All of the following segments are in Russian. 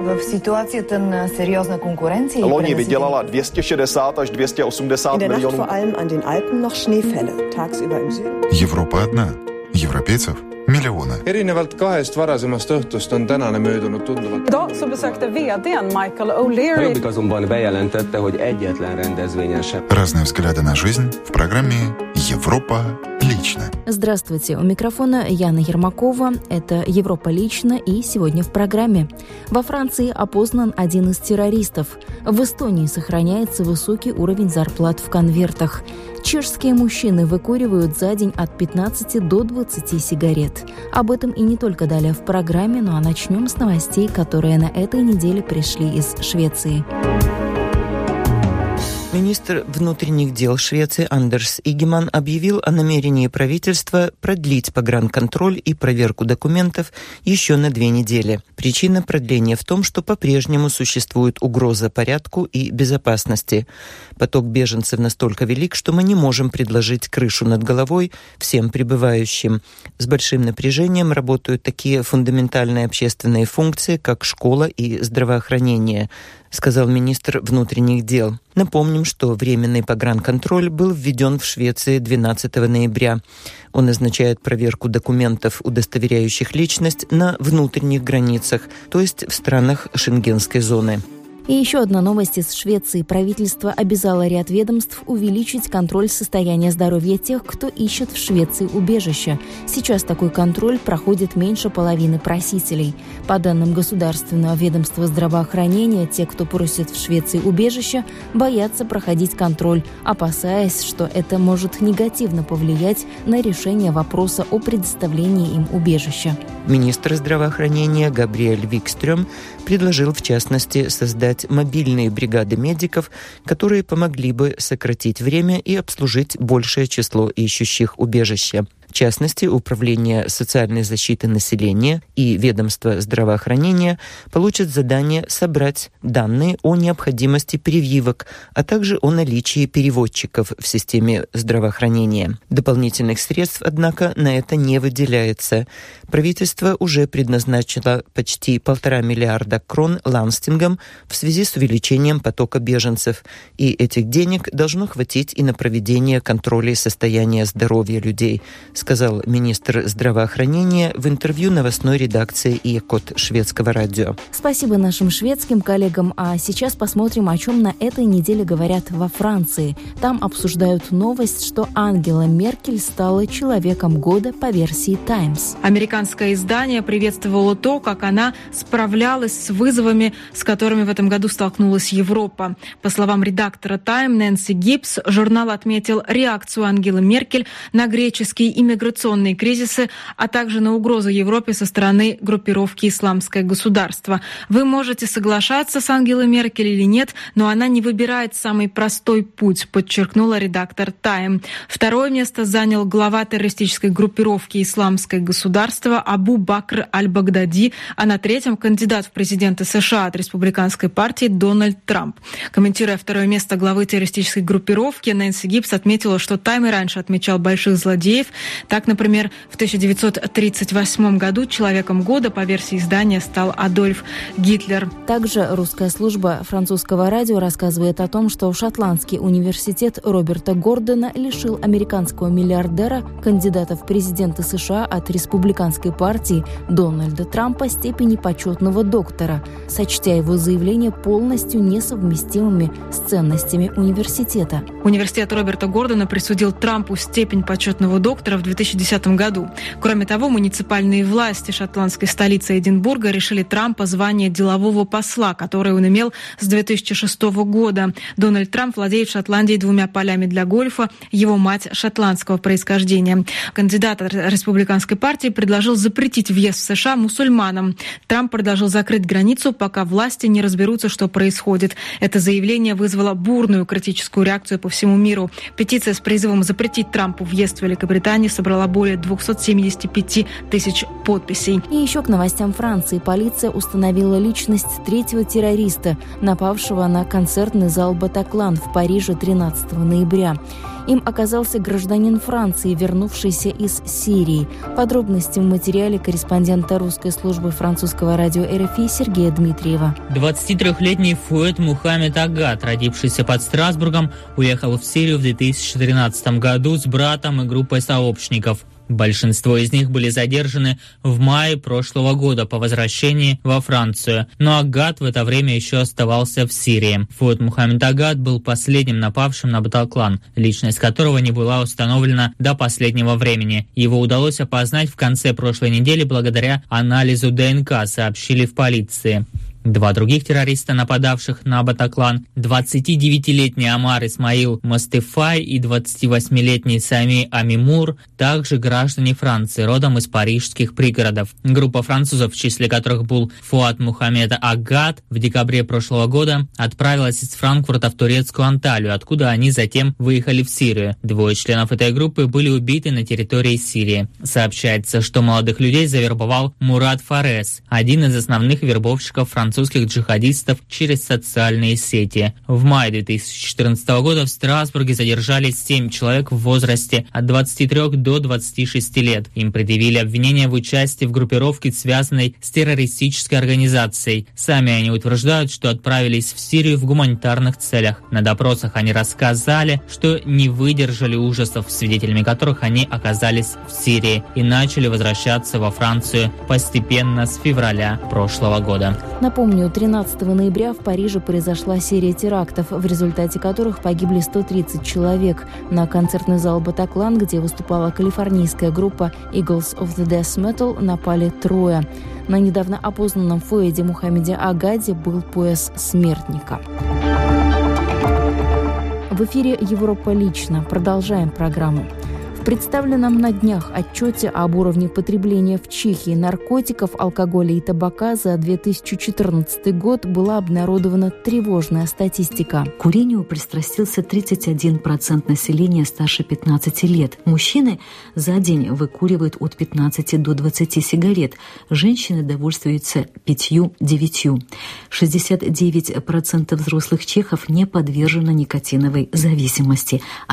v situaci serióznej konkurencie. Loni vydělala 260 až 280 milionů. In der Nacht vor allem an den Alpen noch Schneefälle. Tagsüber im Süden. Европа одна. Европейцев миллионы. Erinevalt kahest varasemast õhtust on tänane möödunud tunduvalt. Idag så besökte VD:n Michael O'Leary. Jobbik azonban bejelentette, hogy egyetlen rendezvényen sem. Разные взгляды на жизнь в программе «Европа лично». Здравствуйте, у микрофона Яна Ермакова. Это «Европа лично» и сегодня в программе. Во Франции опознан один из террористов. В Эстонии сохраняется высокий уровень зарплат в конвертах. Чешские мужчины выкуривают за день от 15 до 20 сигарет. Об этом и не только далее в программе, но начнем с новостей, которые на этой неделе пришли из Швеции. Министр внутренних дел Швеции Андерс Игеман объявил о намерении правительства продлить погранконтроль и проверку документов еще на 2 недели. Причина продления в том, что по-прежнему существует угроза порядку и безопасности. Поток беженцев настолько велик, что мы не можем предложить крышу над головой всем прибывающим. С большим напряжением работают такие фундаментальные общественные функции, как школа и здравоохранение, сказал министр внутренних дел. Напомним, что временный погранконтроль был введен в Швеции 12 ноября. Он означает проверку документов, удостоверяющих личность, на внутренних границах, то есть в странах Шенгенской зоны. И еще одна новость из Швеции. Правительство обязало ряд ведомств увеличить контроль состояния здоровья тех, кто ищет в Швеции убежище. Сейчас такой контроль проходит меньше половины просителей. По данным Государственного ведомства здравоохранения, те, кто просит в Швеции убежище, боятся проходить контроль, опасаясь, что это может негативно повлиять на решение вопроса о предоставлении им убежища. Министр здравоохранения Габриэль Викстрём предложил, в частности, создать мобильные бригады медиков, которые помогли бы сократить время и обслужить большее число ищущих убежища. В частности, Управление социальной защиты населения и Ведомство здравоохранения получат задание собрать данные о необходимости прививок, а также о наличии переводчиков в системе здравоохранения. Дополнительных средств, однако, на это не выделяется. Правительство уже предназначило почти 1,5 миллиарда крон ланстингам в связи с увеличением потока беженцев, и этих денег должно хватить и на проведение контроля состояния здоровья людей, сказал министр здравоохранения в интервью новостной редакции Ekot шведского радио. Спасибо нашим шведским коллегам. А сейчас посмотрим, о чем на этой неделе говорят во Франции. Там обсуждают новость, что Ангела Меркель стала человеком года по версии Times. Американское издание приветствовало то, как она справлялась с вызовами, с которыми в этом году столкнулась Европа. По словам редактора Time Нэнси Гибс, журнал отметил реакцию Ангелы Меркель на греческий иммиграционные кризисы, а также на угрозу Европе со стороны группировки «Исламское государство». Вы можете соглашаться с Ангелой Меркель или нет, но она не выбирает самый простой путь, подчеркнула редактор Time. Второе место занял глава террористической группировки «Исламское государство» Абу Бакр аль-Багдади, а на третьем кандидат в президенты США от республиканской партии Дональд Трамп. Комментируя второе место главы террористической группировки, Нэнси Гибс отметила, что Time и раньше отмечал больших злодеев. Так, например, в 1938 году человеком года по версии издания стал Адольф Гитлер. Также русская служба французского радио рассказывает о том, что Шотландский университет Роберта Гордона лишил американского миллиардера, кандидата в президенты США от республиканской партии Дональда Трампа, степени почетного доктора, сочтя его заявления полностью несовместимыми с ценностями университета. Университет Роберта Гордона присудил Трампу степень почетного доктора в 2010 году. Кроме того, муниципальные власти шотландской столицы Эдинбурга решили Трампа звание делового посла, которое он имел с 2006 года. Дональд Трамп владеет в Шотландии 2 полями для гольфа, его мать шотландского происхождения. Кандидат республиканской партии предложил запретить въезд в США мусульманам. Трамп предложил закрыть границу, пока власти не разберутся, что происходит. Это заявление вызвало бурную критическую реакцию по всему миру. Петиция с призывом запретить Трампу въезд в Великобритании собрала более 275 тысяч подписей. И еще к новостям Франции. Полиция установила личность 3-го террориста, напавшего на концертный зал «Батаклан» в Париже 13 ноября. Им оказался гражданин Франции, вернувшийся из Сирии. Подробности в материале корреспондента русской службы французского радио РФИ Сергея Дмитриева. 23-летний Фуэд Мухаммед Агат, родившийся под Страсбургом, уехал в Сирию в 2013 году с братом и группой сообщников. Большинство из них были задержаны в мае прошлого года по возвращении во Францию, но Агат в это время еще оставался в Сирии. Фуэд Мухаммед Агат был последним напавшим на Батаклан, личность которого не была установлена до последнего времени. Его удалось опознать в конце прошлой недели благодаря анализу ДНК, сообщили в полиции. Два других террориста, нападавших на Батаклан, 29-летний Амар Исмаил Мастефай и 28-летний Сами Амимур, также граждане Франции, родом из парижских пригородов. Группа французов, в числе которых был Фуад Мухаммед Агат, в декабре прошлого года отправилась из Франкфурта в турецкую Анталию, откуда они затем выехали в Сирию. Двое членов этой группы были убиты на территории Сирии. Сообщается, что молодых людей завербовал Мурат Фарес, один из основных вербовщиков французских джихадистов через социальные сети. В мае 2014 года в Страсбурге задержали 7 человек в возрасте от 23 до 26 лет. Им предъявили обвинения в участии в группировке, связанной с террористической организацией. Сами они утверждают, что отправились в Сирию в гуманитарных целях. На допросах они рассказали, что не выдержали ужасов, свидетелями которых они оказались в Сирии, и начали возвращаться во Францию постепенно с февраля прошлого года. Напомню, 13 ноября в Париже произошла серия терактов, в результате которых погибли 130 человек. На концертный зал «Батаклан», где выступала калифорнийская группа Eagles of the Death Metal, напали трое. На недавно опознанном Фуэде Мухаммеде Агаде был пояс смертника. В эфире «Европа лично». Продолжаем программу. В представленном на днях отчете об уровне потребления в Чехии наркотиков, алкоголя и табака за 2014 год была обнародована тревожная статистика. К курению пристрастился 31% населения старше 15 лет. Мужчины за день выкуривают от 15 до 20 сигарет. Женщины довольствуются 5-9. 69% взрослых чехов не подвержены никотиновой зависимости, а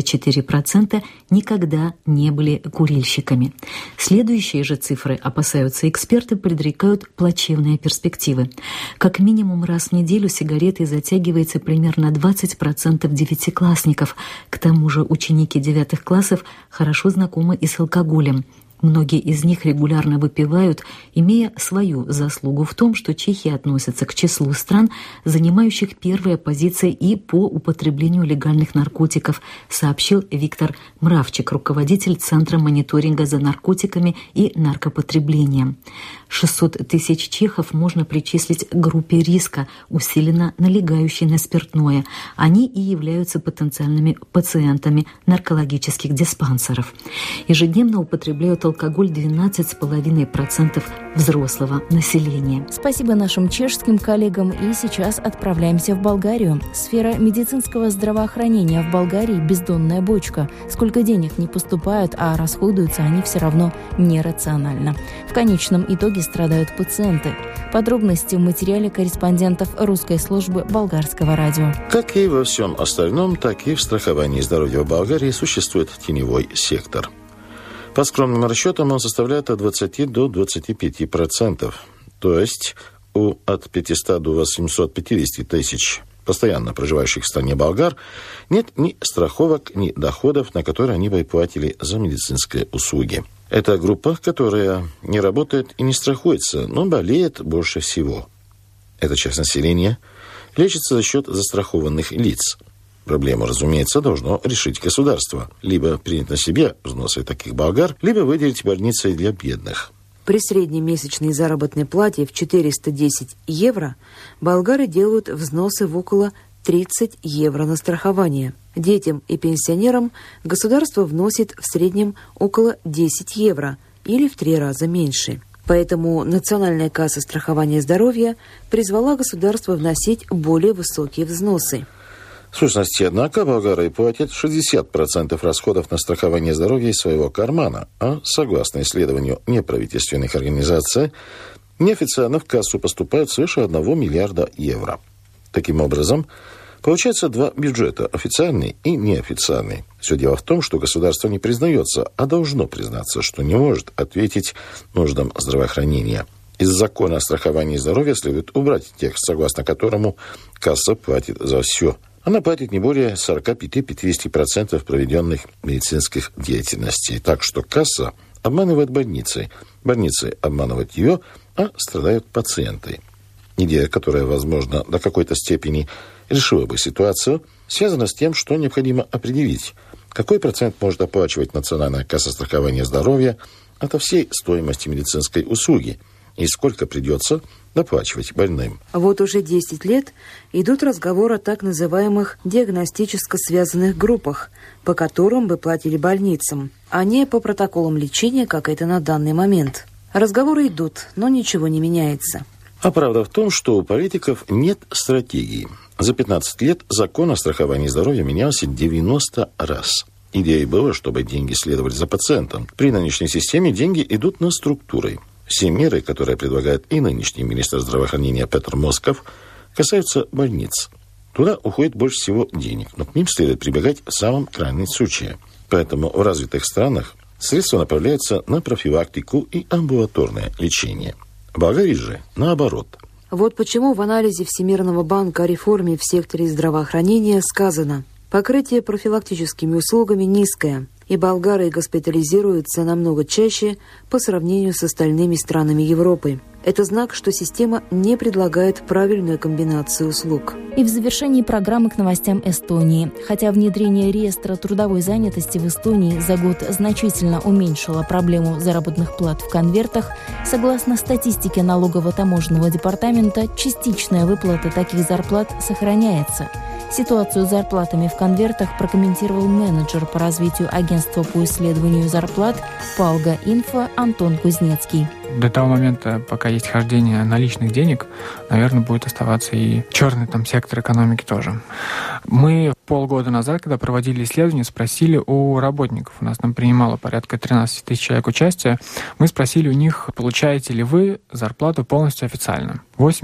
54% никогда не были курильщиками. Следующие же цифры, опасаются эксперты, предрекают плачевные перспективы. Как минимум раз в неделю сигаретой затягивается примерно 20% девятиклассников. К тому же ученики 9 классов хорошо знакомы и с алкоголем. Многие из них регулярно выпивают, имея свою заслугу в том, что Чехия относится к числу стран, занимающих первые позиции и по употреблению легальных наркотиков, сообщил Виктор Мравчик, руководитель Центра мониторинга за наркотиками и наркопотреблением. 600 тысяч чехов можно причислить к группе риска, усиленно налегающей на спиртное. Они и являются потенциальными пациентами наркологических диспансеров. Ежедневно употребляют алкоголь 12,5% взрослого населения. Спасибо нашим чешским коллегам. И сейчас отправляемся в Болгарию. Сфера медицинского здравоохранения в Болгарии – бездонная бочка. Сколько денег не поступают, а расходуются они все равно нерационально. В конечном итоге страдают пациенты. Подробности в материале корреспондентов русской службы болгарского радио. Как и во всем остальном, так и в страховании здоровья в Болгарии существует теневой сектор. По скромным расчетам он составляет от 20 до 25%, то есть от 500 до 850 тысяч постоянно проживающих в стране болгар нет ни страховок, ни доходов, на которые они бы платили за медицинские услуги. Это группа, которая не работает и не страхуется, но болеет больше всего. Эта часть населения лечится за счет застрахованных лиц. Проблему, разумеется, должно решить государство. Либо принять на себе взносы таких болгар, либо выделить больницы для бедных. При средней месячной заработной плате в 410 евро болгары делают взносы в около 30 евро на страхование. Детям и пенсионерам государство вносит в среднем около 10 евро или в 3 раза меньше. Поэтому Национальная касса страхования здоровья призвала государство вносить более высокие взносы. В сущности, однако, болгары платят 60% расходов на страхование здоровья из своего кармана, а, согласно исследованию неправительственных организаций, неофициально в кассу поступают свыше 1 миллиарда евро. Таким образом, Получается два бюджета – официальный и неофициальный. Все дело в том, что государство не признается, а должно признаться, что не может ответить нуждам здравоохранения. Из закона о страховании здоровья следует убрать текст, согласно которому касса платит за все. Она платит не более 45-50% проведенных медицинских деятельностей. Так что касса обманывает больницы обманывают ее, а страдают пациенты. Идея, которая, возможно, до какой-то степени решила бы ситуацию, связана с тем, что необходимо определить, какой процент может оплачивать Национальная касса страхования здоровья ото всей стоимости медицинской услуги и сколько придется доплачивать больным. Вот уже 10 лет идут разговоры о так называемых диагностически связанных группах, по которым бы платили больницам, а не по протоколам лечения, как это на данный момент. Разговоры идут, но ничего не меняется. А правда в том, что у политиков нет стратегии. За 15 лет закон о страховании здоровья менялся 90 раз. Идеей было, чтобы деньги следовали за пациентом. При нынешней системе деньги идут на структуры. Все меры, которые предлагает и нынешний министр здравоохранения Петр Москов, касаются больниц. Туда уходит больше всего денег, но к ним следует прибегать в самом крайнем случае. Поэтому в развитых странах средства направляются на профилактику и амбулаторное лечение. В Болгарии же наоборот. Вот почему в анализе Всемирного банка о реформе в секторе здравоохранения сказано: покрытие профилактическими услугами низкое, и болгары госпитализируются намного чаще по сравнению с остальными странами Европы. Это знак, что система не предлагает правильную комбинацию услуг. И в завершении программы к новостям Эстонии. Хотя внедрение реестра трудовой занятости в Эстонии за год значительно уменьшило проблему заработных плат в конвертах, согласно статистике налогово-таможенного департамента, частичная выплата таких зарплат сохраняется. Ситуацию с зарплатами в конвертах прокомментировал менеджер по развитию агентства по исследованию зарплат Palga Info Антон Кузнецкий. До того момента, пока есть хождение наличных денег, наверное, будет оставаться и черный сектор экономики тоже. Мы полгода назад, когда проводили исследование, спросили у работников. У нас там принимало порядка 13 тысяч человек участия. Мы спросили у них, получаете ли вы зарплату полностью официально.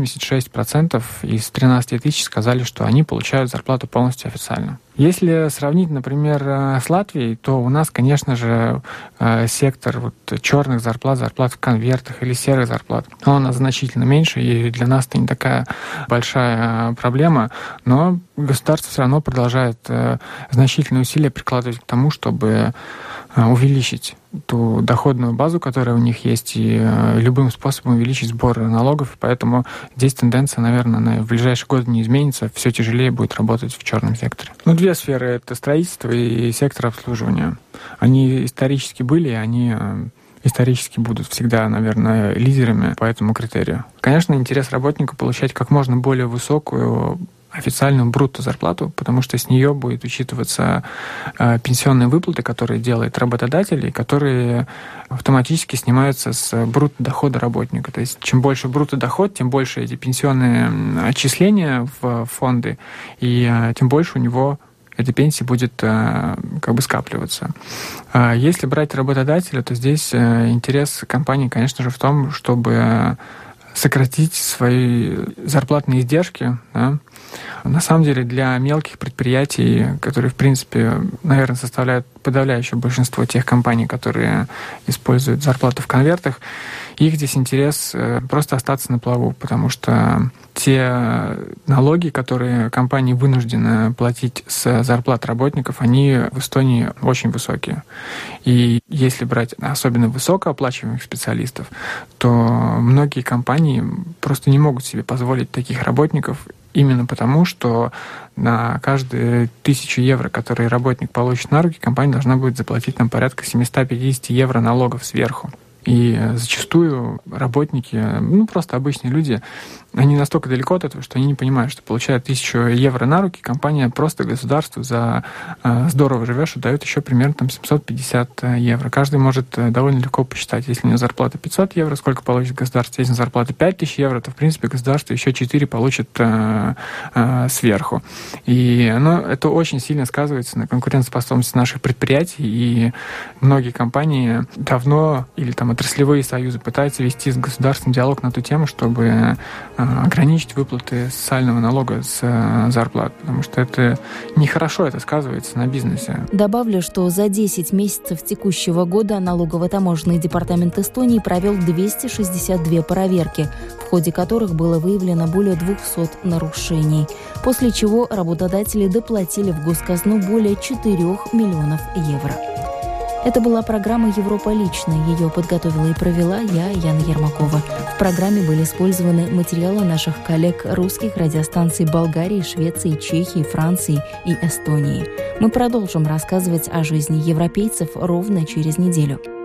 86% из 13 тысяч сказали, что они получают зарплату полностью официально. Если сравнить, например, с Латвией, то у нас, конечно же, сектор черных зарплат, зарплат в конвертах или серых зарплат, он у нас значительно меньше, и для нас это не такая большая проблема, но государство все равно продолжает значительные усилия прикладывать к тому, чтобы увеличить ту доходную базу, которая у них есть, и любым способом увеличить сбор налогов. Поэтому здесь тенденция, наверное, в ближайшие годы не изменится. Все тяжелее будет работать в черном секторе. Две сферы — это строительство и сектор обслуживания. Они исторически были, и они исторически будут всегда, наверное, лидерами по этому критерию. Конечно, интерес работника получать как можно более высокую официальную брутто-зарплату, потому что с нее будет учитываться пенсионные выплаты, которые делает работодатель, и которые автоматически снимаются с брутто-дохода работника. То есть чем больше брутто-доход, тем больше эти пенсионные отчисления в фонды, и тем больше у него эта пенсия будет скапливаться. Если брать работодателя, то здесь интерес компании, конечно же, в том, чтобы сократить свои зарплатные издержки. Да? На самом деле для мелких предприятий, которые, в принципе, наверное, составляют подавляющее большинство тех компаний, которые используют зарплату в конвертах, их здесь интерес просто остаться на плаву, потому что те налоги, которые компании вынуждены платить с зарплат работников, они в Эстонии очень высокие. И если брать особенно высокооплачиваемых специалистов, то многие компании просто не могут себе позволить таких работников, именно потому, что на каждые 1000 евро, которые работник получит на руки, компания должна будет заплатить нам порядка 750 евро налогов сверху. И зачастую работники, просто обычные люди, они настолько далеко от этого, что они не понимают, что получая 1000 евро на руки, компания просто государству за здорово живешь дает еще примерно 750 евро. Каждый может довольно легко посчитать, если у него зарплата 500 евро, сколько получит государство. Если зарплата 5000 евро, то, в принципе, государство еще 4 получит сверху. И это очень сильно сказывается на конкурентоспособности наших предприятий, и многие компании давно или отраслевые союзы пытаются вести с государством диалог на ту тему, чтобы ограничить выплаты социального налога с зарплат, потому что это нехорошо, это сказывается на бизнесе. Добавлю, что за 10 месяцев текущего года налогово-таможенный департамент Эстонии провел 262 проверки, в ходе которых было выявлено более 200 нарушений, после чего работодатели доплатили в госказну более 4 миллионов евро. Это была программа «Европа лично». Ее подготовила и провела я, Яна Ермакова. В программе были использованы материалы наших коллег русских радиостанций Болгарии, Швеции, Чехии, Франции и Эстонии. Мы продолжим рассказывать о жизни европейцев ровно через неделю.